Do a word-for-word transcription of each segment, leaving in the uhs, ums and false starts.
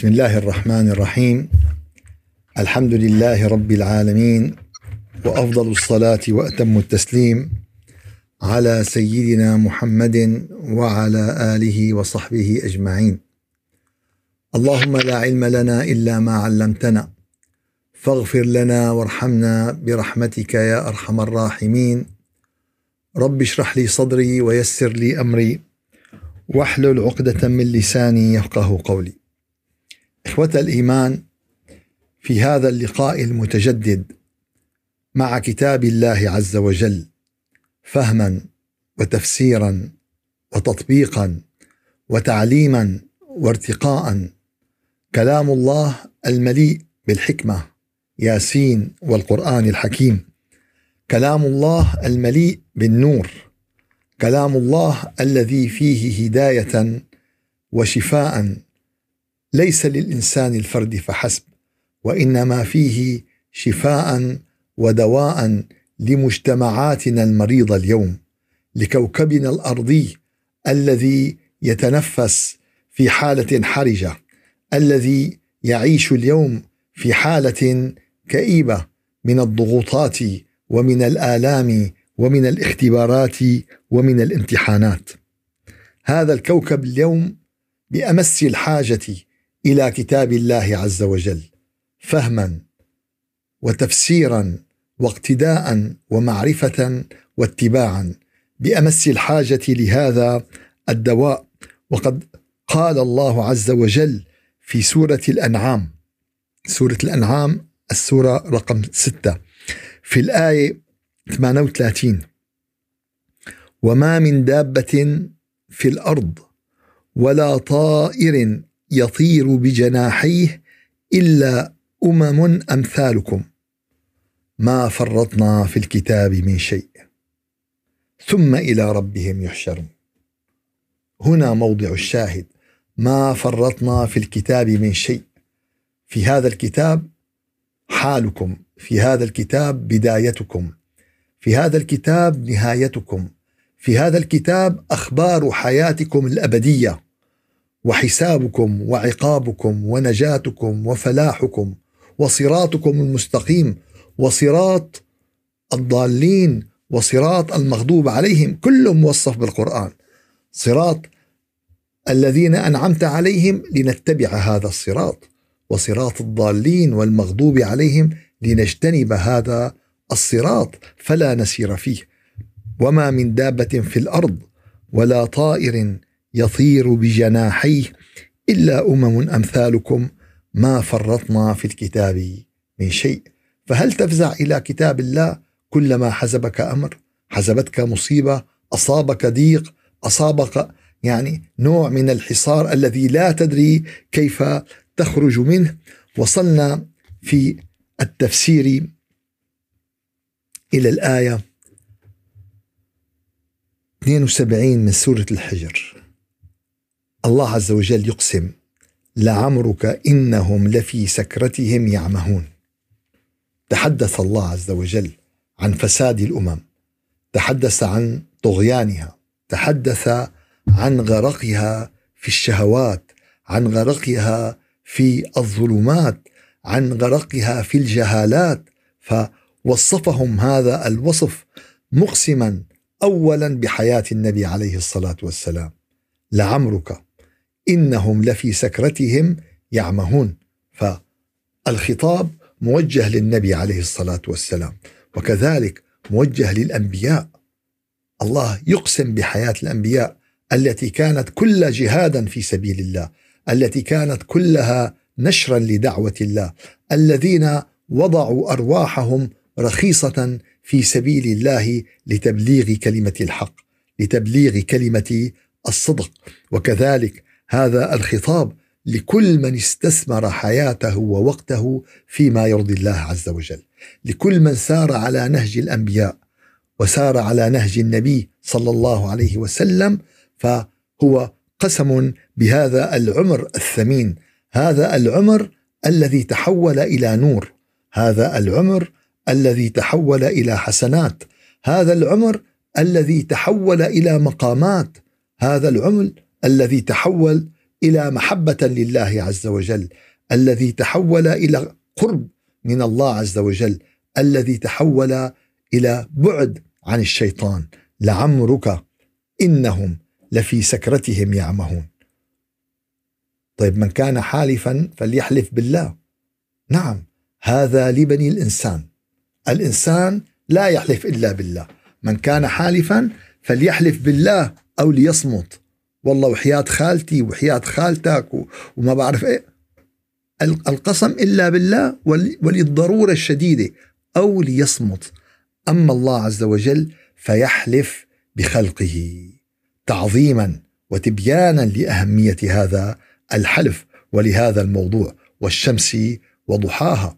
بسم الله الرحمن الرحيم. الحمد لله رب العالمين، وأفضل الصلاة وأتم التسليم على سيدنا محمد وعلى آله وصحبه أجمعين. اللهم لا علم لنا إلا ما علمتنا، فاغفر لنا وارحمنا برحمتك يا أرحم الراحمين. رب اشرح لي صدري ويسر لي أمري واحلل عقدة من لساني يفقه قولي. إخوة الإيمان، في هذا اللقاء المتجدد مع كتاب الله عز وجل فهما وتفسيرا وتطبيقا وتعليما وارتقاء، كلام الله المليء بالحكمة ياسين والقرآن الحكيم، كلام الله المليء بالنور، كلام الله الذي فيه هداية وشفاء ليس للإنسان الفرد فحسب، وإنما فيه شفاء ودواء لمجتمعاتنا المريضة اليوم، لكوكبنا الأرضي الذي يتنفس في حالة حرجة، الذي يعيش اليوم في حالة كئيبة من الضغوطات ومن الآلام ومن الاختبارات ومن الامتحانات. هذا الكوكب اليوم بأمس الحاجة إلى كتاب الله عز وجل فهما وتفسيرا واقتداء ومعرفة واتباعا، بأمس الحاجة لهذا الدواء. وقد قال الله عز وجل في سورة الأنعام، سورة الأنعام السورة رقم ستة في الآية ثمانية وثلاثين: وما من دابة في الأرض ولا طائر يطير بجناحيه إلا أمم أمثالكم ما فرطنا في الكتاب من شيء ثم إلى ربهم يحشرون. هنا موضع الشاهد: ما فرطنا في الكتاب من شيء. في هذا الكتاب حالكم، في هذا الكتاب بدايتكم، في هذا الكتاب نهايتكم، في هذا الكتاب أخبار حياتكم الأبدية وحسابكم وعقابكم ونجاتكم وفلاحكم وصراطكم المستقيم وصراط الضالين وصراط المغضوب عليهم، كل موصف بالقرآن. صراط الذين أنعمت عليهم لنتبع هذا الصراط، وصراط الضالين والمغضوب عليهم لنجتنب هذا الصراط فلا نسير فيه. وما من دابة في الأرض ولا طائر يطير بجناحيه إلا أمم أمثالكم ما فرطنا في الكتاب من شيء. فهل تفزع إلى كتاب الله كلما حزبك أمر، حزبتك مصيبة، أصابك ضيق، أصابك يعني نوع من الحصار الذي لا تدري كيف تخرج منه؟ وصلنا في التفسير إلى الآية اثنين وسبعين من سورة الحجر. الله عز وجل يقسم: لعمرك إنهم لفي سكرتهم يعمهون. تحدث الله عز وجل عن فساد الأمم، تحدث عن طغيانها، تحدث عن غرقها في الشهوات، عن غرقها في الظلمات، عن غرقها في الجهالات، فوصفهم هذا الوصف مقسما أولا بحياة النبي عليه الصلاة والسلام: لعمرك إنهم لفي سكرتهم يعمهون. فالخطاب موجه للنبي عليه الصلاة والسلام، وكذلك موجه للأنبياء. الله يقسم بحياة الأنبياء التي كانت كل جهادا في سبيل الله، التي كانت كلها نشرا لدعوة الله، الذين وضعوا أرواحهم رخيصة في سبيل الله لتبليغ كلمة الحق، لتبليغ كلمة الصدق. وكذلك هذا الخطاب لكل من استثمر حياته ووقته فيما يرضي الله عز وجل، لكل من سار على نهج الأنبياء وسار على نهج النبي صلى الله عليه وسلم، فهو قسم بهذا العمر الثمين، هذا العمر الذي تحول إلى نور، هذا العمر الذي تحول إلى حسنات، هذا العمر الذي تحول إلى مقامات، هذا العمر الذي تحول إلى محبة لله عز وجل، الذي تحول إلى قرب من الله عز وجل، الذي تحول إلى بعد عن الشيطان. لعمرك إنهم لفي سكرتهم يعمهون. طيب من كان حالفا فليحلف بالله. نعم، هذا لبني الإنسان. الإنسان لا يحلف إلا بالله. من كان حالفا فليحلف بالله أو ليصمت. والله وحياة خالتي وحياة خالتك وما بعرف إيه. القسم إلا بالله وللضرورة الشديدة أو ليصمت. أما الله عز وجل فيحلف بخلقه تعظيما وتبيانا لأهمية هذا الحلف ولهذا الموضوع. والشمس وضحاها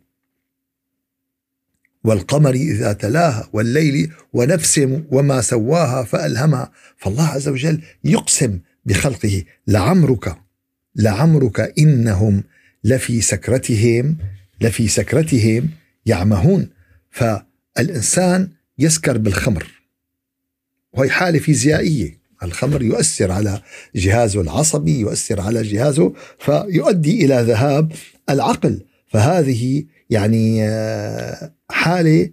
والقمر إذا تلاها والليل ونفس وما سواها فألهمها. فالله عز وجل يقسم بخلقه. لعمرك لعمرك إنهم لفي سكرتهم لفي سكرتهم يعمهون. فالإنسان يسكر بالخمر، وهي حالة فيزيائية. الخمر يؤثر على جهازه العصبي، يؤثر على جهازه، فيؤدي إلى ذهاب العقل. فهذه يعني حالة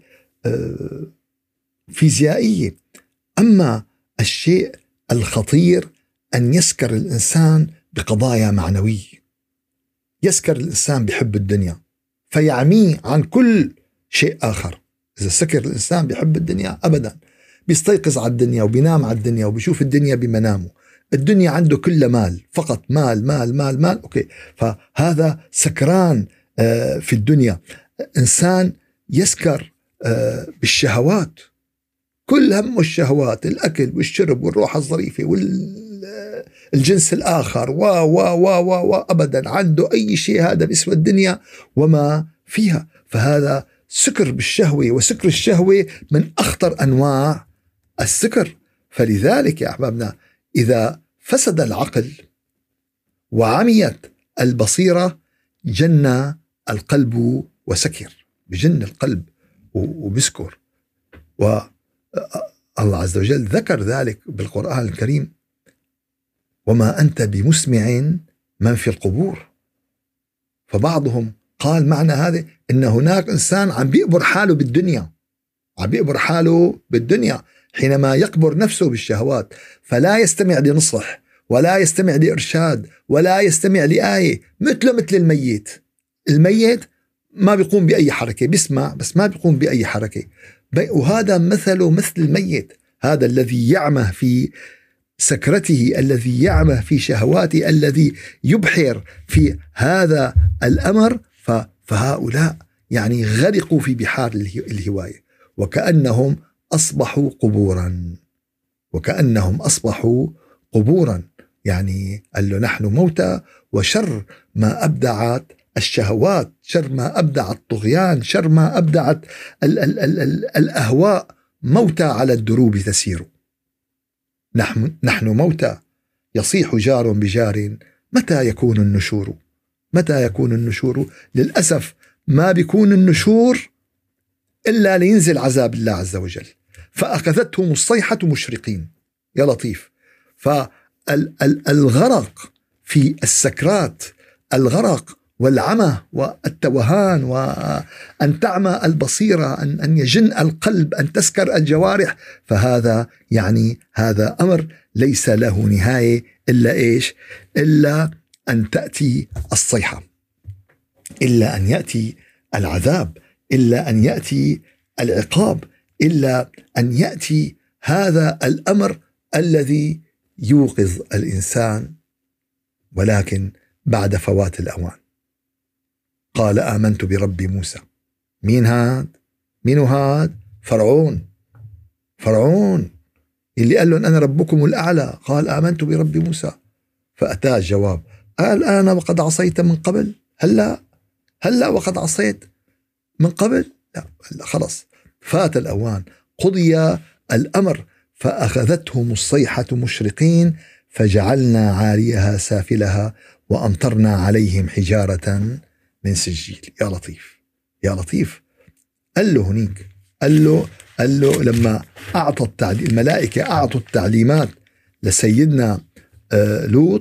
فيزيائية. أما الشيء الخطير أن يسكر الإنسان بقضايا معنوية. يسكر الإنسان بحب الدنيا فيعميه عن كل شيء آخر. إذا سكر الإنسان بحب الدنيا أبدا، بيستيقظ على الدنيا وبينام على الدنيا وبيشوف الدنيا بمنامه. الدنيا عنده كل مال، فقط مال مال مال مال. أوكي، فهذا سكران في الدنيا. إنسان يسكر بالشهوات، كل همه الشهوات، الأكل والشرب والروحة الظريفة والجنس الآخر و و و و أبدا عنده أي شيء هذا باسم الدنيا وما فيها. فهذا سكر بالشهوة، وسكر الشهوة من أخطر أنواع السكر. فلذلك يا أحبابنا إذا فسد العقل وعميت البصيرة جن القلب وسكر، بجن القلب وبسكر. والله عز وجل ذكر ذلك بالقرآن الكريم: وما أنت بمسمع من في القبور. فبعضهم قال معنى هذا إن هناك إنسان عم بيقبر حاله بالدنيا، عم بيقبر حاله بالدنيا حينما يقبر نفسه بالشهوات، فلا يستمع لنصح ولا يستمع لإرشاد ولا يستمع لآية، مثله مثل الميت. الميت ما بيقوم بأي حركة، بيسمع بس ما بيقوم بأي حركة. وهذا مثله مثل الميت، هذا الذي يعمه في سكرته، الذي يعمه في شهواته، الذي يبحر في هذا الأمر. فهؤلاء يعني غرقوا في بحار الهواية، وكأنهم أصبحوا قبورا، وكأنهم أصبحوا قبورا. يعني قال له: نحن موتى، وشر ما أبدعت الشهوات، شر ما أبدع الطغيان، شر ما أبدعت ال ال ال ال الأهواء، موتى على الدروب تسير. نحن, نحن موتى يصيح جار بجار، متى يكون النشور؟ متى يكون النشور؟ للأسف ما بيكون النشور إلا لينزل عذاب الله عز وجل. فأخذتهم الصيحة مشرقين. يا لطيف. فالغرق في السكرات، الغرق والعمى والتوهان، وأن تعمى البصيرة، أن أن يجن القلب، أن تسكر الجوارح، فهذا يعني هذا أمر ليس له نهاية إلا إيش؟ إلا أن تأتي الصيحة، إلا أن يأتي العذاب، إلا أن يأتي العقاب، إلا أن يأتي هذا الأمر الذي يوقظ الإنسان، ولكن بعد فوات الأوان. قال: آمنت برب موسى. مين هاد؟ مين هاد؟ فرعون. فرعون اللي قال لهم: أنا ربكم الأعلى. قال: آمنت برب موسى. فأتاه الجواب: قال: أنا وقد عصيت من قبل. هلا هلا وقد عصيت من قبل؟ لا، هلا خلص فات الأوان، قضي الأمر. فأخذتهم الصيحة مشرقين فجعلنا عاليها سافلها وأمطرنا عليهم حجارة من سجيل. يا لطيف يا لطيف. قال له هنيك، قال له قال له لما أعطى التعليم، الملائكة أعطوا التعليمات لسيدنا لوط،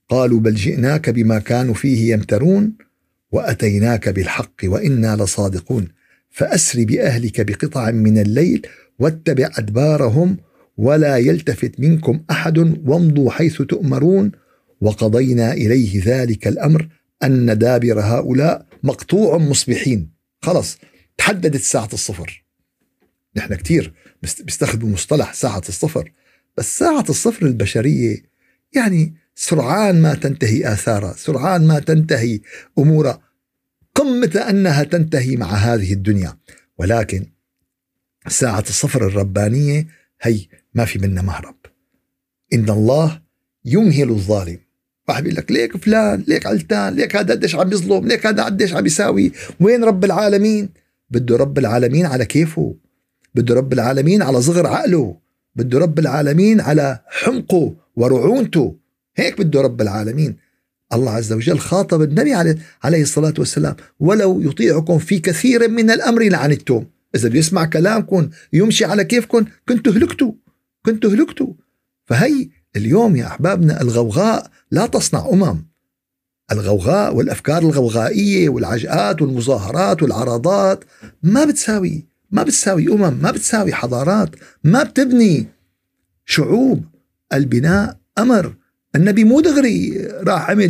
قالوا بل جئناك بما كانوا فيه يمترون وأتيناك بالحق وإنا لصادقون فأسر بأهلك بقطع من الليل واتبع أدبارهم ولا يلتفت منكم أحد وامضوا حيث تؤمرون وقضينا إليه ذلك الأمر أن دابر هؤلاء مقطوع مصبحين. خلص تحددت ساعة الصفر. نحن كتير بيستخدموا مصطلح ساعة الصفر، بس ساعة الصفر البشرية يعني سرعان ما تنتهي آثارها، سرعان ما تنتهي أمورها، قمة أنها تنتهي مع هذه الدنيا. ولكن ساعة الصفر الربانية هي ما في منها مهرب. إن الله يمهل الظالم. واحد بيقول لك ليك فلان، ليك علتان، ليك هذا قديش عم يظلم، ليك هذا قديش عم يساوي، وين رب العالمين؟ بده رب العالمين على كيفه، بده رب العالمين على صغر عقله، بده رب العالمين على حمقه ورعونته. هيك بده رب العالمين. الله عز وجل خاطب النبي عليه الصلاة والسلام ولو يطيعكم في كثير من الأمر لعنتم. إذا بيسمع كلامكم يمشي على كيفكم كنتوا هلكتوا كنتوا هلكتوا. فهي اليوم يا أحبابنا الغوغاء لا تصنع أمم. الغوغاء والأفكار الغوغائية والعجقات والمظاهرات والعراضات ما بتساوي ما بتساوي أمم، ما بتساوي حضارات، ما بتبني شعوب. البناء أمر. النبي مو دغري راح عمل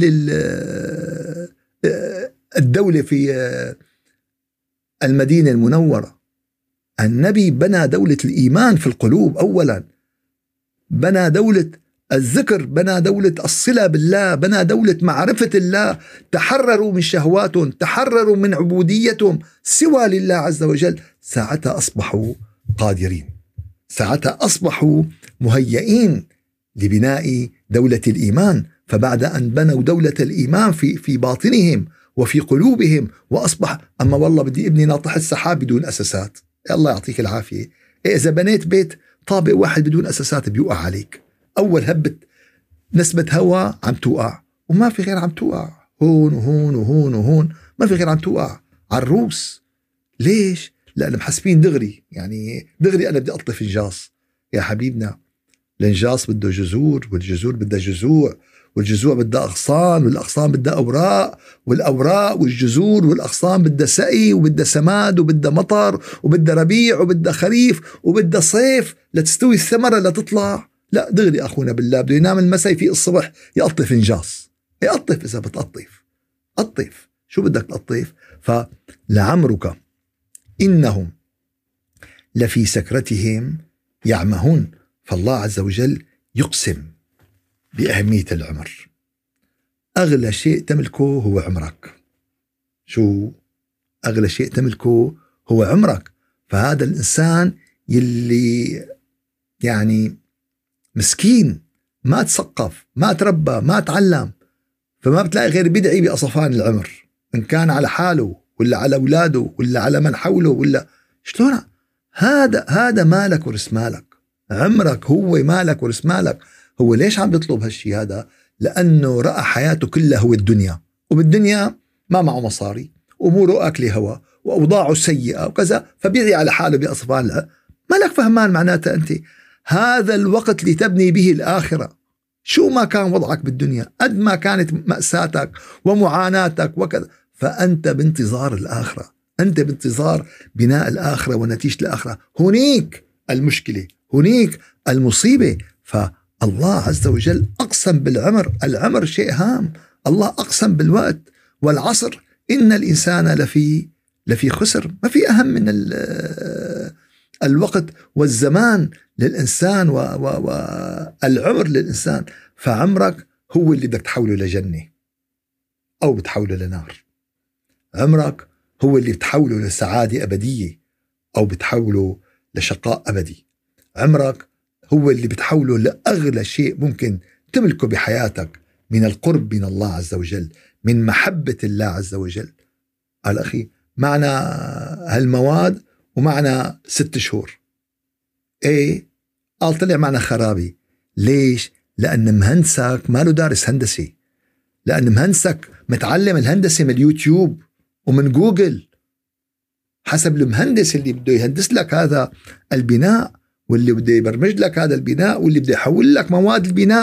الدولة في المدينة المنورة. النبي بنى دولة الإيمان في القلوب أولا، بنى دولة الذكر، بنى دولة الصلة بالله، بنى دولة معرفة الله. تحرروا من شهواتهم، تحرروا من عبوديتهم سوى لله عز وجل. ساعتها أصبحوا قادرين، ساعتها أصبحوا مهيئين لبناء دولة الإيمان. فبعد أن بنوا دولة الإيمان في في باطنهم وفي قلوبهم وأصبح أما والله بدي ابني ناطح السحاب بدون أساسات، الله يعطيك العافية. إذا بنيت بيت طابق واحد بدون أساسات بيوقع عليك. أول هبت نسبة هواء عم توقع وما في غير عم توقع، هون وهون وهون وهون ما في غير عم توقع على الروس. ليش؟ لأن محسبين دغري، يعني دغري أنا بدي أطلف إنجاص. يا حبيبنا الإنجاص بده جذور، والجذور بدها جذوع، والجذوع بدها أغصان، والأغصان بدها أوراق، والأوراق والجذور والأغصان بدها سقي وبدها سماد وبدها مطر وبدها ربيع وبدها خريف وبدها صيف لتستوي الثمرة لتطلع. لا دغري أخونا بالله بده ينام المساء يفيق الصبح يقطف إنجاز. يقطف إذا بتقطف قطف، شو بدك تقطف؟ فلعمرك إنهم لفي سكرتهم يعمهون. فالله عز وجل يقسم بأهمية العمر. أغلى شيء تملكه هو عمرك. شو أغلى شيء تملكه؟ هو عمرك. فهذا الإنسان يلي يعني مسكين ما تثقف ما تربى ما تعلم، فما بتلاقي غير بدعي بأصفان العمر، إن كان على حاله ولا على أولاده ولا على من حوله ولا شلون. هذا هذا مالك ورث مالك. عمرك هو مالك ورث مالك. هو ليش عم بيطلب هالشي هذا؟ لأنه رأى حياته كلها هو الدنيا، وبالدنيا ما معه مصاري، أموره أكل هوا، وأوضاعه سيئة وكذا، فبيعي على حاله بأصفان. ما لك فهمان معناتها أنت هذا الوقت لتبني به الآخرة. شو ما كان وضعك بالدنيا، قد ما كانت مأساتك ومعاناتك وكذا، فأنت بانتظار الآخرة، أنت بانتظار بناء الآخرة ونتيجة الآخرة. هنيك المشكلة، هنيك المصيبة. فالله عز وجل أقسم بالعمر. العمر شيء هام. الله أقسم بالوقت. والعصر إن الإنسان لفي لفي خسر. ما في أهم من الوقت والزمان للإنسان والعمر للإنسان. فعمرك هو اللي بدك تحوله لجنة أو بتحوله لنار. عمرك هو اللي بتحوله لسعادة أبدية أو بتحوله لشقاء أبدي. عمرك هو اللي بتحوله لأغلى شيء ممكن تملكه بحياتك من القرب من الله عز وجل، من محبة الله عز وجل. قال أخي معنا هالمواد ومعنا ست شهور. ايه قال طلع معنا خرابي. ليش؟ لأن مهندسك ما له دارس هندسي، لأن مهندسك متعلم الهندسة من اليوتيوب ومن جوجل حسب المهندس اللي بده يهندس لك هذا البناء، واللي بده يبرمج لك هذا البناء، واللي بده يحول لك مواد البناء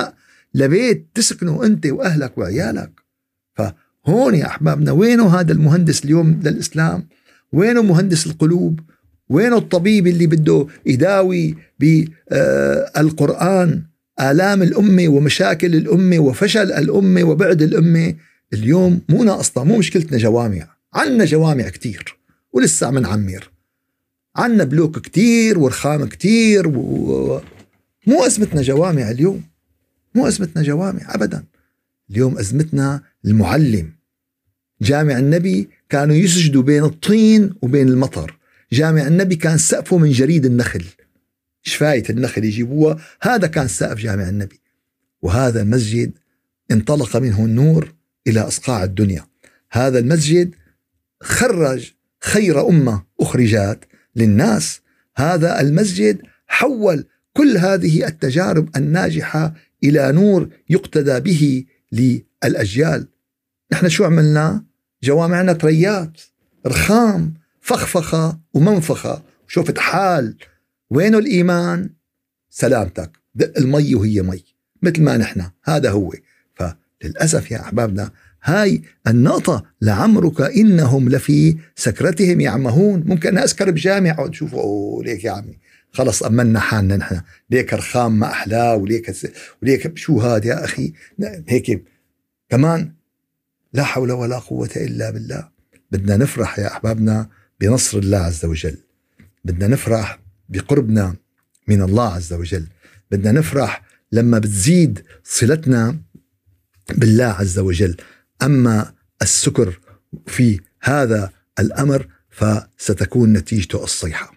لبيت تسكنه أنت وأهلك وعيالك. فهون يا أحبابنا وينه هذا المهندس اليوم للإسلام؟ وينه مهندس القلوب؟ وينه الطبيب اللي بده يداوي بالقرآن آلام الأمة ومشاكل الأمة وفشل الأمة وبعد الأمة؟ اليوم مو ناقصنا، مو مشكلتنا جوامع، عنا جوامع كتير ولسه عم نعمر، عنا بلوك كتير ورخام كتير و... مو أزمتنا جوامع اليوم، مو أزمتنا جوامع أبدا. اليوم أزمتنا المعلم. جامع النبي كانوا يسجدوا بين الطين وبين المطر، جامع النبي كان سقفه من جريد النخل، شفاية النخل يجيبوها، هذا كان سقف جامع النبي. وهذا المسجد انطلق منه النور إلى أصقاع الدنيا. هذا المسجد خرج خير أمة أخرجت للناس. هذا المسجد حول كل هذه التجارب الناجحة إلى نور يقتدى به للأجيال. نحن شو عملنا؟ جوامعنا تريات، رخام، فخفخة ومنفخة، شوفت حال. وينه الإيمان؟ سلامتك، دق المي وهي مي، مثل ما نحن، هذا هو. فللأسف يا أحبابنا هاي النقطة، لعمرك إنهم لفي سكرتهم يعمهون. ممكن أسكر بجامع وتشوفوا أوه ليك يا عمي خلص أمنا حالنا نحن، ليك رخام ما أحلاه، وليك وليك شو هاد يا أخي هيك كمان. لا حول ولا قوة إلا بالله. بدنا نفرح يا أحبابنا بنصر الله عز وجل، بدنا نفرح بقربنا من الله عز وجل، بدنا نفرح لما بتزيد صلتنا بالله عز وجل. أما السكر في هذا الأمر فستكون نتيجته الصيحة،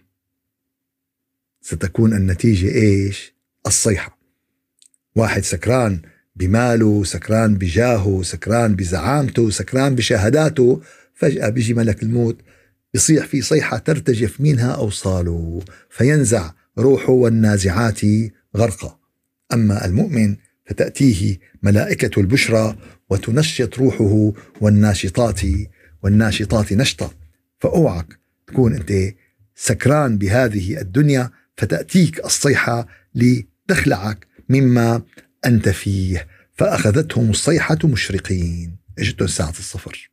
ستكون النتيجة إيش؟ الصيحة. واحد سكران بماله، سكران بجاهه، سكران بزعامته، سكران بشهاداته، فجأة بيجي ملك الموت يصيح في صيحة ترتجف منها أوصاله فينزع روحه والنازعات غرقا. أما المؤمن فتأتيه ملائكة البشرى وتنشط روحه والناشطات والناشطات نشطة. فأوعك تكون أنت سكران بهذه الدنيا فتأتيك الصيحة لتخلعك مما أنت فيه. فأخذتهم الصيحة مشرقين، اجتهم ساعة الصفر،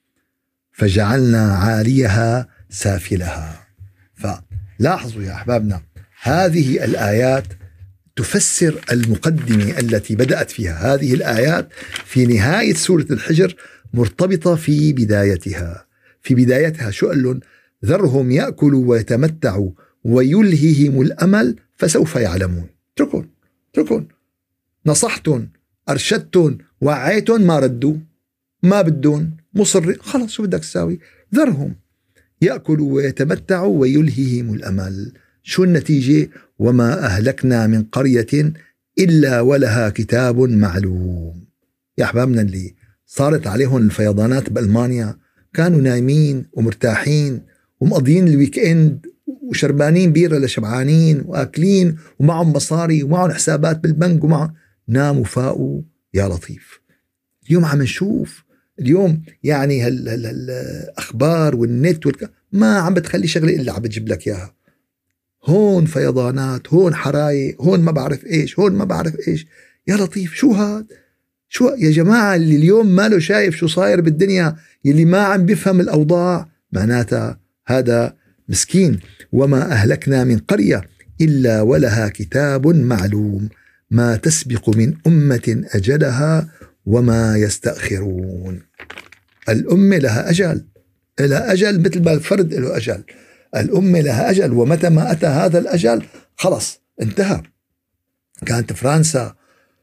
فجعلنا عاليها سافلها. فلاحظوا يا أحبابنا هذه الآيات تفسر المقدمة التي بدأت فيها. هذه الآيات في نهاية سورة الحجر مرتبطة في بدايتها. في بدايتها شو قال لهم؟ ذرهم يأكلوا ويتمتعوا ويلههم الأمل فسوف يعلمون. اتركون اتركون، نصحتون أرشدتون وعيتون ما ردوا، ما بدون، مصر، خلاص شو بدك تساوي؟ ذرهم يأكلوا ويتمتعوا ويلههم الأمل. شو النتيجة؟ وما أهلكنا من قرية إلا ولها كتاب معلوم. يا أحبابنا اللي صارت عليهم الفيضانات بألمانيا كانوا نايمين ومرتاحين ومقضيين الويكند وشربانين بيرة لشبعانين وآكلين ومعهم مصاري ومعهم حسابات بالبنك ومعهم، ناموا فاقوا يا لطيف. اليوم عم نشوف اليوم يعني هالأخبار والنت والك... ما عم بتخلي شغلة إلا عم بتجيب لك إياها. هون فيضانات، هون حرايق، هون ما بعرف إيش، هون ما بعرف إيش. يا لطيف شو هاد؟ شو يا جماعة اللي اليوم ما له شايف شو صاير بالدنيا، يلي ما عم بيفهم الأوضاع، معناتها هذا مسكين. وما أهلكنا من قرية إلا ولها كتاب معلوم ما تسبق من أمة أجلها وما يستأخرون. الأمة لها أجل، لها أجل مثل ما الفرد له أجل. الأمة لها أجل، ومتى ما أتى هذا الأجل خلص انتهى. كانت فرنسا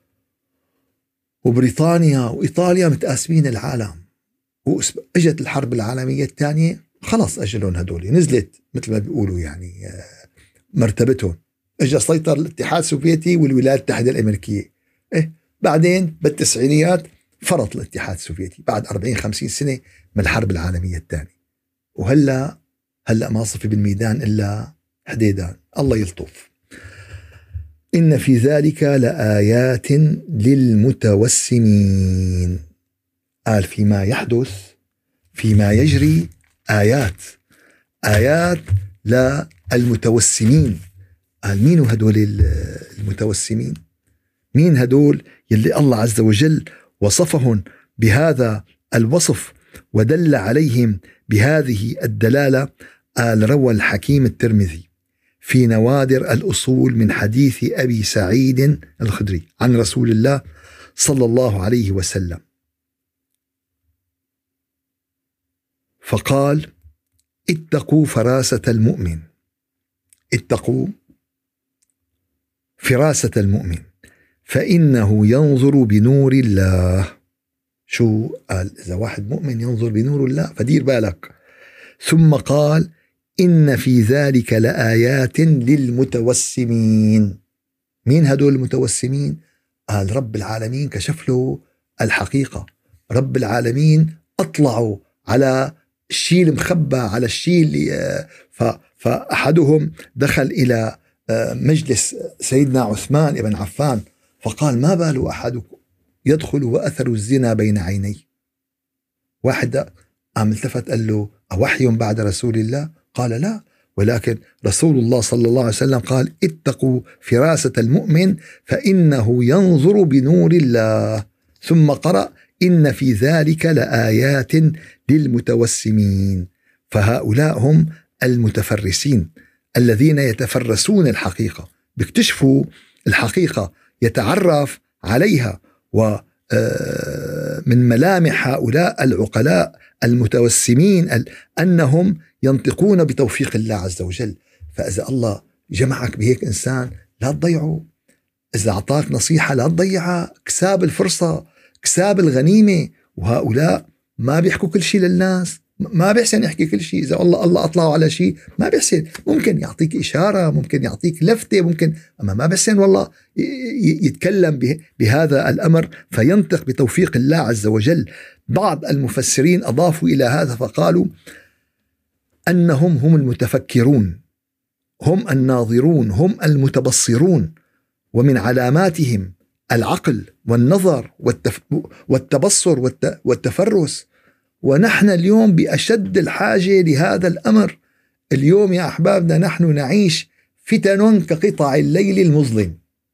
وبريطانيا وإيطاليا متقاسمين العالم، وإجت الحرب العالمية الثانية خلص أجلهم هدول نزلت مثل ما بيقولوا يعني مرتبتهم. إجا سيطر الاتحاد السوفيتي والولايات المتحدة الأمريكية. إيه بعدين بالتسعينيات فرط الاتحاد السوفيتي بعد أربعين خمسين سنة من الحرب العالمية الثانية، وهلأ هلأ ما صفي بالميدان إلا حديدان. الله يلطف. إن في ذلك لآيات للمتوسمين. قال فيما يحدث فيما يجري آيات، آيات للمتوسمين. قال مين هدول المتوسمين؟ مين هدول يلي الله عز وجل وصفهم بهذا الوصف ودل عليهم بهذه الدلالة؟ قال روى الحكيم الترمذي في نوادر الأصول من حديث أبي سعيد الخدري عن رسول الله صلى الله عليه وسلم فقال: اتقوا فراسة المؤمن، اتقوا فراسة المؤمن فإنه ينظر بنور الله. شو قال؟ إذا واحد مؤمن ينظر بنور الله فدير بالك. ثم قال: إن في ذلك لآيات للمتوسمين. مين هدول المتوسمين؟ قال رب العالمين كشف له الحقيقة، رب العالمين أطلعوا على الشيء المخبى، على الشيء اللي فأحدهم دخل إلى مجلس سيدنا عثمان بن عفان فقال: ما بال أحدكم يدخل وأثر الزنا بين عينيه. واحد قام التفت قال له: أوحي بعد رسول الله؟ قال: لا، ولكن رسول الله صلى الله عليه وسلم قال: اتقوا فراسة المؤمن فإنه ينظر بنور الله. ثم قرأ: إن في ذلك لآيات للمتوسمين. فهؤلاء هم المتفرسين الذين يتفرسون الحقيقة، بيكتشفوا الحقيقة، يتعرف عليها. ومن ملامح هؤلاء العقلاء المتوسمين أنهم ينطقون بتوفيق الله عز وجل. فإذا الله جمعك بهيك إنسان لا تضيعه، إذا أعطاك نصيحة لا تضيعها، كساب الفرصة، كساب الغنيمة. وهؤلاء ما بيحكوا كل شيء للناس، ما بيحسن يحكي كل شيء. إذا الله الله أطلعوا على شيء ما بيحسن، ممكن يعطيك إشارة، ممكن يعطيك لفتة، ممكن، أما ما بيحسن والله يتكلم بهذا الأمر فينطق بتوفيق الله عز وجل. بعض المفسرين أضافوا إلى هذا فقالوا أنهم هم المتفكرون، هم الناظرون، هم المتبصرون، ومن علاماتهم العقل والنظر والتبصر والتفرس. ونحن اليوم بأشد الحاجة لهذا الأمر. اليوم يا أحبابنا نحن نعيش فتن كقطع الليل المظلم،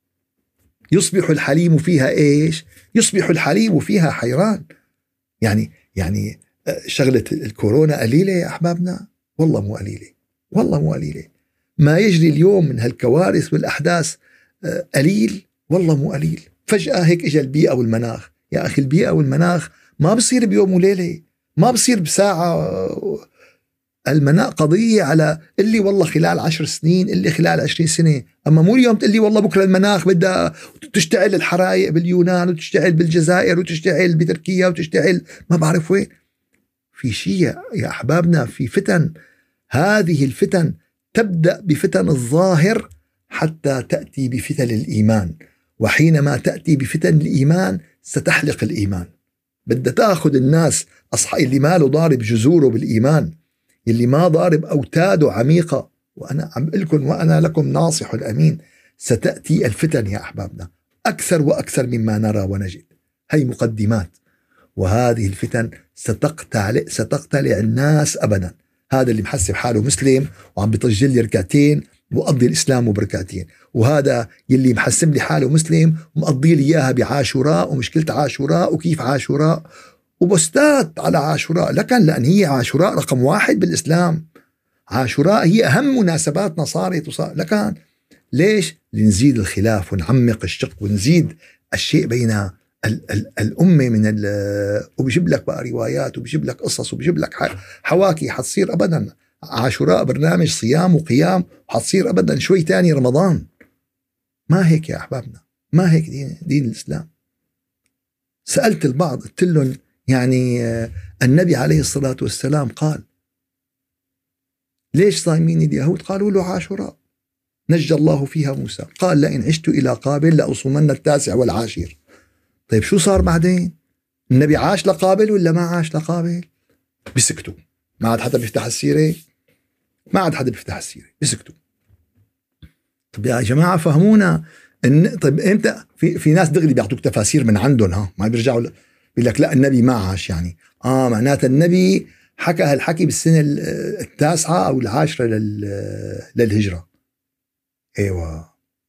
يصبح الحليم فيها إيش؟ يصبح الحليم فيها حيران. يعني يعني شغلة الكورونا قليلة يا أحبابنا؟ والله مو قليلة، والله مو قليلة. ما يجري اليوم من هالكوارث والأحداث قليل، والله مو قليل. فجأة هيك إجا البيئة والمناخ. يا أخي البيئة والمناخ ما بصير بيوم وليلة، ما بصير بساعة. المناخ قضية على اللي والله خلال عشر سنين، اللي خلال عشرين سنة. أما مو اليوم تقول لي والله بكرة المناخ بدها تشتعل الحرائق باليونان وتشتعل بالجزائر وتشتعل بتركيا وتشتعل ما بعرف وين. في شيء يا أحبابنا، في فتن. هذه الفتن تبدأ بفتن الظاهر حتى تأتي بفتن الإيمان، وحينما تأتي بفتن الإيمان ستحلق الإيمان. بدها تأخذ الناس أصحى اللي ماله ضارب جذوره بالإيمان، اللي ما ضارب أوتاده عميقة. وأنا عم لكم وأنا لكم ناصح الأمين، ستأتي الفتن يا أحبابنا أكثر وأكثر مما نرى ونجد. هي مقدمات، وهذه الفتن ستقتلع ستقتلع الناس أبدا. هذا اللي محسب حاله مسلم وعم بيطجل لي ركعتين وقضي الإسلام بركعتين، وهذا يلي محسب لي حاله مسلم ومقضي لي إياها بعاشوراء ومشكلة عاشوراء وكيف عاشوراء وبوستات على عاشوراء. لكن لأن هي عاشوراء رقم واحد بالإسلام، عاشوراء هي أهم مناسبات نصاري تصار. لكن ليش؟ لنزيد الخلاف ونعمق الشق ونزيد الشيء بين ال ال الأمة من وبيجيب لك بقى روايات وبيجيب لك قصص وبيجيب لك حواكي. حتصير أبدا عاشوراء برنامج صيام وقيام، وحتصير أبدا شوي تاني رمضان. ما هيك يا أحبابنا، ما هيك دين, دين الإسلام. سألت البعض قلت لهم يعني النبي عليه الصلاة والسلام قال ليش صايمين اليهود؟ قالوا له عاشوراء نجى الله فيها موسى، قال لئن عشت إلى قابل لأصومن التاسع والعاشر. طيب شو صار بعدين؟ النبي عاش لقابل ولا ما عاش لقابل؟ بسكتوا، ما عاد حدا بيفتح السيرة، ما عاد حدا بيفتح السيرة، بسكتوا. طيب يا جماعة فهمونا إن طيب إمتى؟ في في ناس دغري بيعطوك تفاسير من عندهم، ها ما بيرجعوا ل... بيقول لك لا النبي ما عاش، يعني آه معناته النبي حكى هالحكي بالسنة التاسعة أو العاشرة لل... للهجرة. ايوه،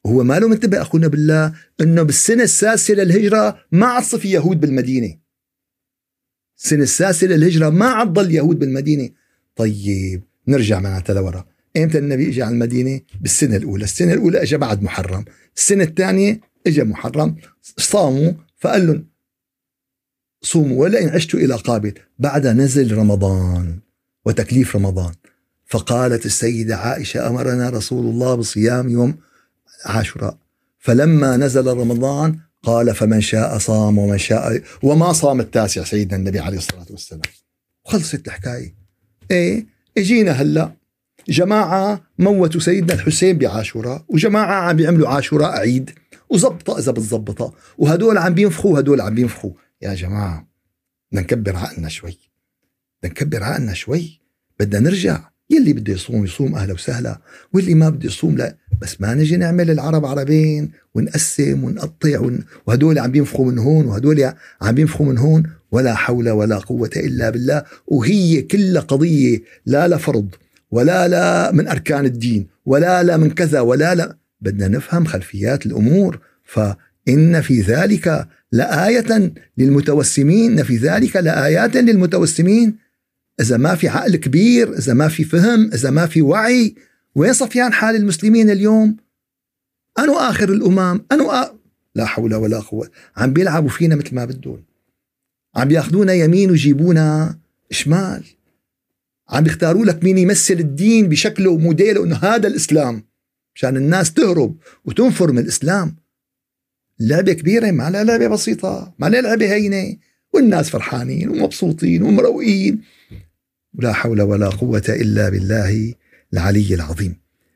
هو ما له منتبه أخونا بالله أنه بالسنة السادسة للهجرة ما عاد صفي يهود بالمدينة، السنة السادسة للهجرة ما عاد ضل يهود بالمدينة. طيب نرجع معناتها لورا، إمتى النبي إجا على المدينة؟ بالسنة الأولى، السنة الأولى إجا بعد محرم، السنة الثانية إجا محرم، صاموا فقال لهم صوموا ولئن عشتوا إلى قابل. بعدها نزل رمضان وتكليف رمضان، فقالت السيدة عائشة أمرنا رسول الله بصيام يوم عاشوراء، فلما نزل رمضان قال فمن شاء صام ومن شاء، وما صام التاسع سيدنا النبي عليه الصلاة والسلام. وخلصت الحكاية. ايه اجينا هلا جماعة موتوا سيدنا الحسين بعاشوراء، وجماعة عم بيعملوا عاشوراء عيد، وزبطة إذا بتزبطة، وهدول عم بينفخوا وهدول عم بينفخوا. يا جماعة بدنا نكبر عقلنا شوي، بدنا نكبر عقلنا شوي، بدنا نرجع. يلي بده يصوم يصوم أهلا وسهلا، واللي ما بده يصوم لا، بس ما نجي نعمل العرب عربين ونقسم ونقطع ون... وهدول عم بينفخوا من هون وهدول عم بينفخوا من هون. ولا حول ولا قوة إلا بالله. وهي كل قضية لا لفرض ولا لا من أركان الدين ولا لا من كذا ولا لا، بدنا نفهم خلفيات الأمور. فإن في ذلك لآية للمتوسمين، إن في ذلك لآيات للمتوسمين. إذا ما في عقل كبير، إذا ما في فهم، إذا ما في وعي، وين صفيان حال المسلمين اليوم؟ أنو آخر الأمم؟ أنو آ... لا حول ولا قوة. عم بيلعبوا فينا مثل ما بدون، عم بياخدونا يمين ويجيبونا شمال، عم بيختاروا لك مين يمثل الدين بشكله وموديله إنه هذا الإسلام، مشان الناس تهرب وتنفر من الإسلام. لعبة كبيرة، ما لا لعبة بسيطة، ما لا لعبة هينة، والناس فرحانين ومبسوطين ومروقين. ولا حول ولا قوة إلا بالله العلي العظيم.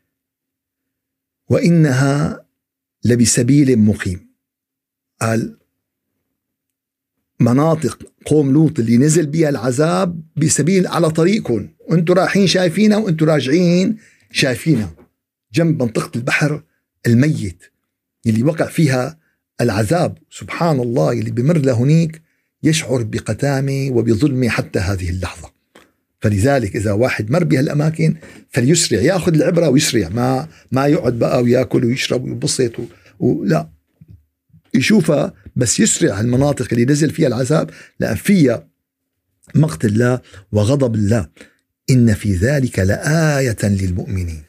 وإنها لبسبيل مقيم. قال مناطق قوم لوط اللي نزل بها العذاب بسبيل على طريقكم، وانتم رايحين شايفينها وانتم راجعين شايفينها، جنب منطقة البحر الميت اللي وقع فيها العذاب. سبحان الله، اللي بمر لهنيك يشعر بقتامه وبظلمه حتى هذه اللحظة. فلذلك إذا واحد مر بهالأماكن فليسرع، يأخذ العبرة ويسرع، ما ما يقعد بقى ويأكل ويشرب ويبسط ولا يشوفها، بس يسرع المناطق اللي نزل فيها العذاب، لأن فيها مقت الله وغضب الله. إن في ذلك لآية للمؤمنين.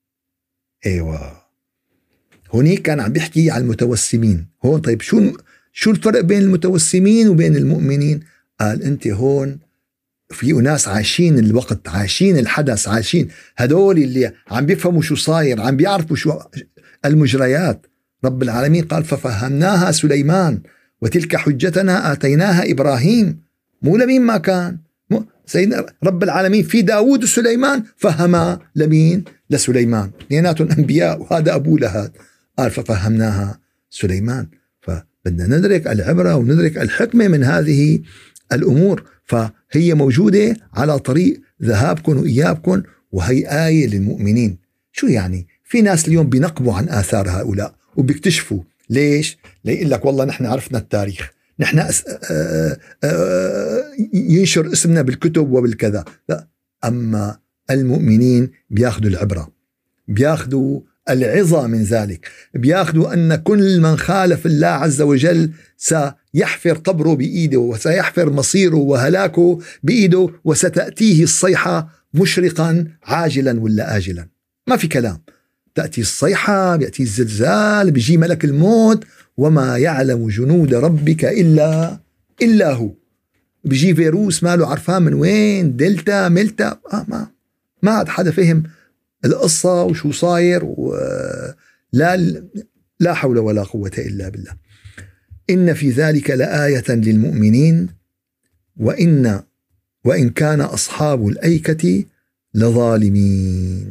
أيوة، هونيك كان عم بيحكي عن المتوسمين. هون طيب شو شو الفرق بين المتوسمين وبين المؤمنين؟ قال أنت هون في ناس عايشين الوقت، عايشين الحدث، عايشين هدول اللي عم بيفهموا شو صاير، عم بيعرفوا شو المجريات. رب العالمين قال ففهمناها سليمان وتلك حجتنا آتيناها إبراهيم. مو لمين ما كان، سيدنا رب العالمين في داود وسليمان فهما لمين؟ لسليمان، اثنيناتهم أنبياء وهذا أبو لهاد. قال ففهمناها سليمان. فبدنا ندرك العبرة وندرك الحكمة من هذه الأمور، فهي موجودة على طريق ذهابكم وإيابكم، وهي آية للمؤمنين. شو يعني؟ في ناس اليوم بينقبوا عن آثار هؤلاء وبيكتشفوا. ليش؟ ليقول لك والله نحن عرفنا التاريخ، نحن أس... آآ آآ ينشر اسمنا بالكتب وبالكذا. لا، أما المؤمنين بياخدوا العبرة، بياخدوا العظة من ذلك، بياخدوا أن كل من خالف الله عز وجل سيحفر قبره بإيده، وسيحفر مصيره وهلاكه بإيده، وستأتيه الصيحة مشرقا عاجلا ولا آجلا. ما في كلام، تأتي الصيحة، بيأتي الزلزال، بيجي ملك الموت، وما يعلم جنود ربك إلا إلا هو. بيجي فيروس ماله عرفان من وين، دلتا ملتا، آه ما ما عاد حدا فهم القصة وشو صاير، ولا لا حول ولا قوة إلا بالله. إن في ذلك لآية للمؤمنين وإن وإن كان أصحاب الأيكة لظالمين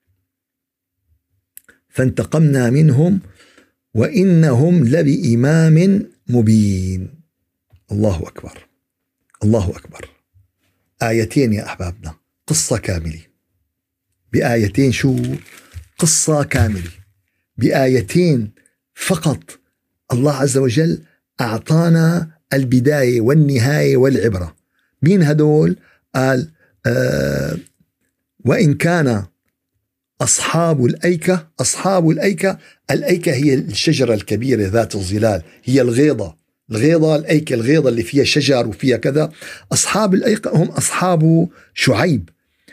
فانتقمنا منهم وإنهم لبإمام مبين. الله أكبر، الله أكبر. آيتين يا أحبابنا، قصة كاملة بآيتين. شو قصة كاملة بآيتين فقط. الله عز وجل أعطانا البداية والنهاية والعبرة. مين هدول؟ قال آه وإن كان أصحاب الأيكة. أصحاب الأيكة، الأيكة هي الشجرة الكبيرة ذات الظلال، هي الغيضة، الغيضة الأيكة، الغيضة اللي فيها شجر وفيها كذا. أصحاب الأيكة هم أصحاب شعيب،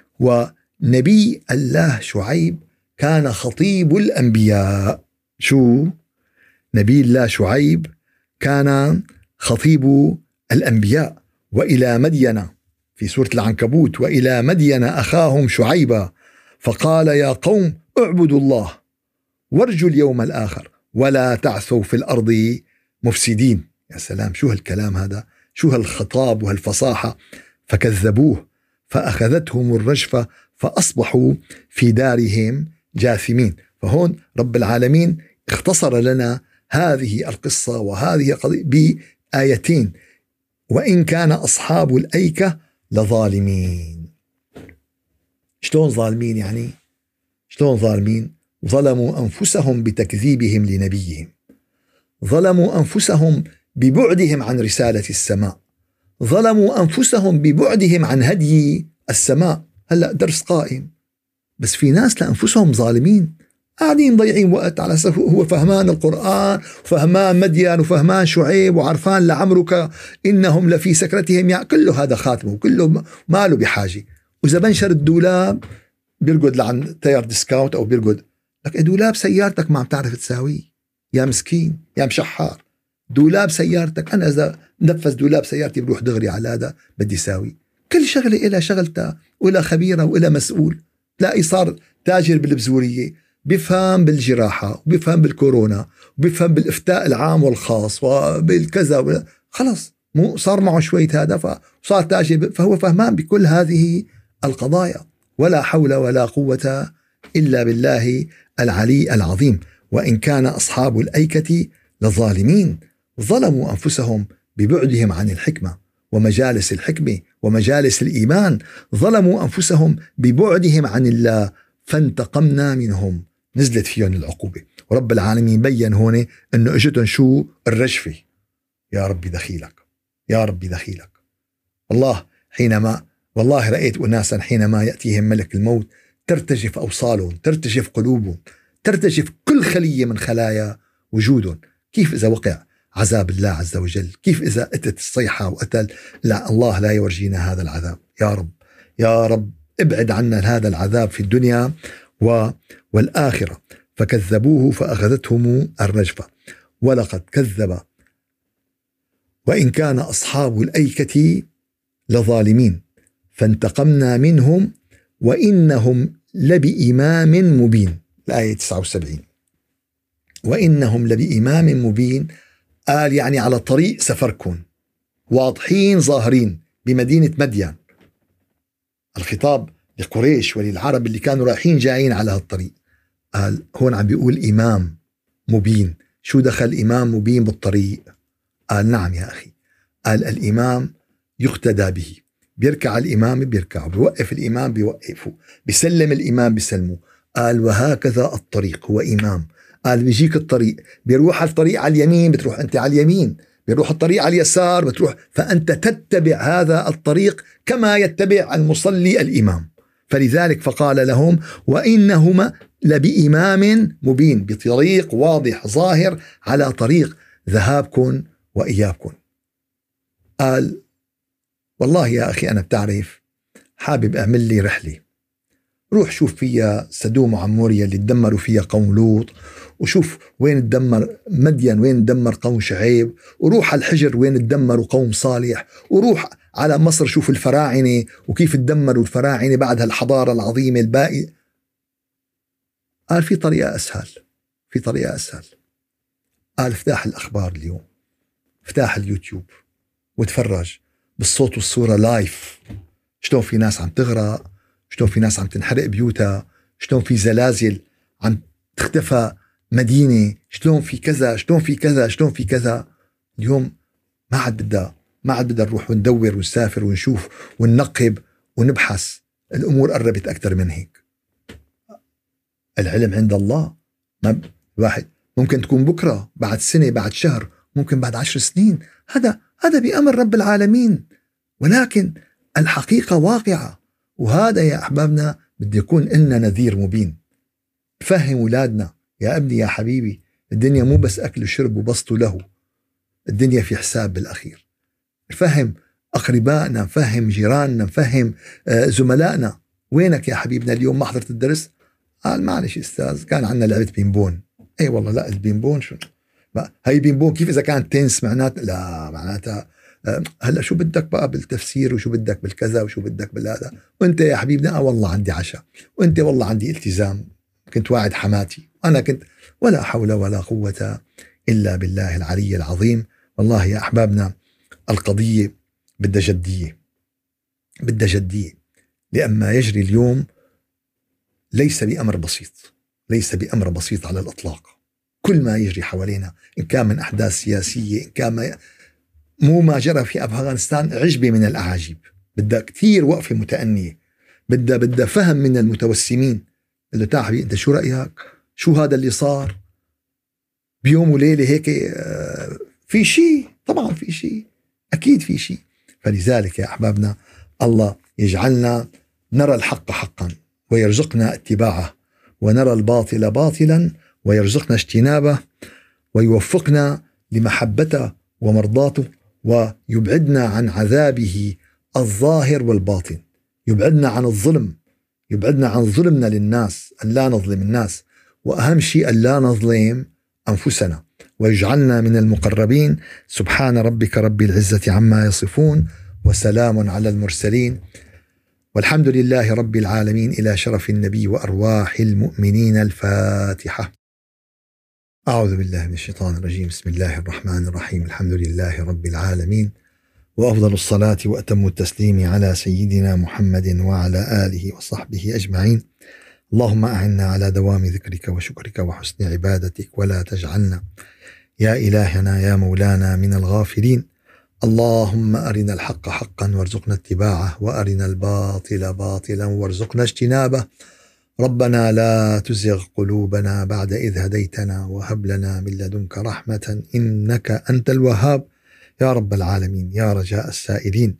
ونبي الله شعيب كان خطيب الأنبياء. شو؟ نبي الله شعيب كان خطيب الأنبياء. وإلى مدين في سورة العنكبوت، وإلى مدين أخاهم شعيبا فقال يا قوم اعبدوا الله وارجوا اليوم الآخر ولا تعثوا في الأرض مفسدين. يا سلام، شو هالكلام هذا، شو هالخطاب وهالفصاحة. فكذبوه فأخذتهم الرجفة فأصبحوا في دارهم جاثمين. فهون رب العالمين اختصر لنا هذه القصة وهذه القضية بآيتين: وإن كان أصحاب الأيكة لظالمين. شلون ظالمين يعني؟ شلون ظالمين؟ ظلموا أنفسهم بتكذيبهم لنبيهم، ظلموا أنفسهم ببعدهم عن رسالة السماء، ظلموا أنفسهم ببعدهم عن هدي السماء. هلأ درس قائم، بس في ناس لأنفسهم ظالمين، قاعدين ضيعين وقت على سف... هو فهمان القرآن وفهمان مدين وفهمان شعيب وعرفان لعمرك إنهم لفي سكرتهم، يعني كله هذا خاتمه وكله ما له بحاجة. وإذا بنشر الدولاب بيرقد لعن تيار ديسكاونت أو بيرقد لك دولاب سيارتك ما عم تعرف تساويه يا مسكين يا مشحار. دولاب سيارتك، أنا إذا نفذ دولاب سيارتي بروح دغري على هذا بدي ساوي. كل شغلة إلى شغلتها وإلى خبيرة وإلى مسؤول. تلاقي صار تاجر بالبزورية بيفهم بالجراحة وبيفهم بالكورونا وبيفهم بالإفتاء العام والخاص وبالكذا، خلص مو صار معه شوية هذا فصار تاجر، فهو فهمان بكل هذه القضايا. ولا حول ولا قوة إلا بالله العلي العظيم. وإن كان أصحاب الأيكة لظالمين، ظلموا أنفسهم ببعدهم عن الحكمة ومجالس الحكمة ومجالس الإيمان، ظلموا أنفسهم ببعدهم عن الله فانتقمنا منهم، نزلت فيهم العقوبة. ورب العالمين بيّن هون أنه اجتن شو؟ الرجفة. يا ربي دخيلك، يا ربي دخيلك. والله حينما والله رأيت أناسا حينما يأتيهم ملك الموت ترتجف أوصالهم، ترتجف قلوبهم، ترتجف كل خلية من خلايا وجودهم. كيف إذا وقع عذاب الله عز وجل؟ كيف إذا أتت الصيحة وأتى لا الله لا يورجينا هذا العذاب؟ يا رب يا رب ابعد عنا هذا العذاب في الدنيا والآخرة. فكذبوه فأخذتهم الرجفة ولقد كذب وإن كان أصحاب الأيكة لظالمين فانتقمنا منهم وإنهم لبإمام مبين. الآية تسعة وسبعين. وإنهم لبإمام مبين، قال يعني على طريق سفركم، واضحين ظاهرين بمدينة مدين. الخطاب لقريش وللعرب اللي كانوا رايحين جايين على هالطريق. قال هون عم بيقول إمام مبين. شو دخل إمام مبين بالطريق؟ قال نعم يا أخي، قال الإمام يقتدى به، بيركع الإمام بيركع، بيوقف الإمام بيوقفه، بيسلم الإمام بيسلمه. قال وهكذا الطريق هو إمام. قال بيجيك الطريق، بيروح الطريق على اليمين بتروح أنت على اليمين، بيروح الطريق على اليسار بتروح، فأنت تتبع هذا الطريق كما يتبع المصلي الإمام. فلذلك فقال لهم وإنهما لبإمام مبين، بطريق واضح ظاهر على طريق ذهابكم وإيابكم. قال والله يا أخي أنا بتعرف حابب أعمل لي رحلة، روح شوف فيها سدوم وعموريا اللي تدمروا فيها قوم لوط، وشوف وين تدمر مدين، وين تدمر قوم شعيب، وروح على الحجر وين تدمروا قوم صالح، وروح على مصر شوف الفراعنة وكيف تدمروا الفراعنة بعد هالحضارة العظيمة الباقي. قال في طريقة أسهل، في طريقة أسهل. قال افتح الأخبار اليوم، افتح اليوتيوب وتفرج بالصوت والصورة لايف، شلون في ناس عم تغرق، شلون في ناس عم تنحرق بيوتها، شلون في زلازل عم تختفى مدينة، شلون في كذا شلون في كذا شلون في كذا. اليوم ما عاد بدها ما عاد بدها نروح وندور ونسافر ونشوف وننقب ونبحث، الأمور قربت أكثر من هيك. العلم عند الله، ما واحد ممكن تكون بكرة، بعد سنة، بعد شهر، ممكن بعد عشر سنين، هذا هذا بأمر رب العالمين، ولكن الحقيقة واقعة. وهذا يا أحبابنا بده يكون لنا نذير مبين. فهم أولادنا يا ابني يا حبيبي، الدنيا مو بس أكل وشرب وبسط له، الدنيا في حساب بالأخير. فهم أقربائنا، فهم جيراننا، فهم زملائنا. وينك يا حبيبنا اليوم ما حضرت الدرس؟ قال معلش أستاذ كان عندنا لعبة بينبون. أي والله لا، البينبون شو هاي بينبون؟ كيف إذا كانت تنس معناتها؟ لا معناتها هلا شو بدك بقى بالتفسير وشو بدك بالكذا وشو بدك بالهذا. وانت يا حبيبنا آه والله عندي عشاء، وانت والله عندي التزام، كنت واعد حماتي، وانا كنت. ولا حول ولا قوة الا بالله العلي العظيم. والله يا احبابنا القضية بدها جدية، بدها جدية، لأن ما يجري اليوم ليس بأمر بسيط، ليس بأمر بسيط على الإطلاق. كل ما يجري حوالينا إن كان من أحداث سياسية، إن كان ما مو ما جرى في أفغانستان عجبة من الأعاجيب. بدها كثير وقفة متأنية، بدها بدها فهم من المتوسمين. اللي تعرفي أنت شو رأيك؟ شو هذا اللي صار بيوم وليلة هيك؟ في شيء، طبعا في شيء، أكيد في شيء. فلذلك يا أحبابنا الله يجعلنا نرى الحق حقا ويرزقنا اتباعه، ونرى الباطل باطلا ويرزقنا اجتنابه، ويوفقنا لمحبته ومرضاته، ويبعدنا عن عذابه الظاهر والباطن، يبعدنا عن الظلم، يبعدنا عن ظلمنا للناس، أن لا نظلم الناس، وأهم شيء أن لا نظلم أنفسنا، ويجعلنا من المقربين. سبحان ربك رب العزة عما يصفون، وسلام على المرسلين، والحمد لله رب العالمين. إلى شرف النبي وأرواح المؤمنين. الفاتحة. أعوذ بالله من الشيطان الرجيم. بسم الله الرحمن الرحيم. الحمد لله رب العالمين، وأفضل الصلاة وأتم التسليم على سيدنا محمد وعلى آله وصحبه أجمعين. اللهم أعنا على دوام ذكرك وشكرك وحسن عبادتك، ولا تجعلنا يا إلهنا يا مولانا من الغافلين. اللهم أرنا الحق حقا وارزقنا اتباعه، وأرنا الباطل باطلا وارزقنا اجتنابه. ربنا لا تزغ قلوبنا بعد إذ هديتنا، وهب لنا من لدنك رحمة إنك أنت الوهاب يا رب العالمين. يا رجاء السائلين،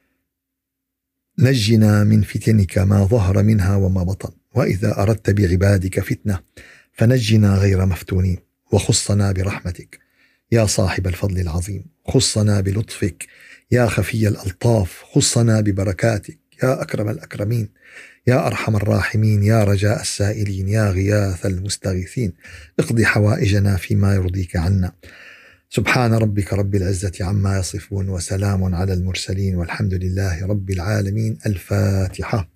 نجنا من فتنك ما ظهر منها وما بطن، وإذا أردت بعبادك فتنة فنجنا غير مفتونين، وخصنا برحمتك يا صاحب الفضل العظيم، خصنا بلطفك يا خفي الألطاف، خصنا ببركاتك يا أكرم الأكرمين، يا أرحم الراحمين، يا رجاء السائلين، يا غياث المستغيثين. اقضي حوائجنا فيما يرضيك عنا. سبحان ربك رب العزة عما يصفون، وسلام على المرسلين، والحمد لله رب العالمين. الفاتحة.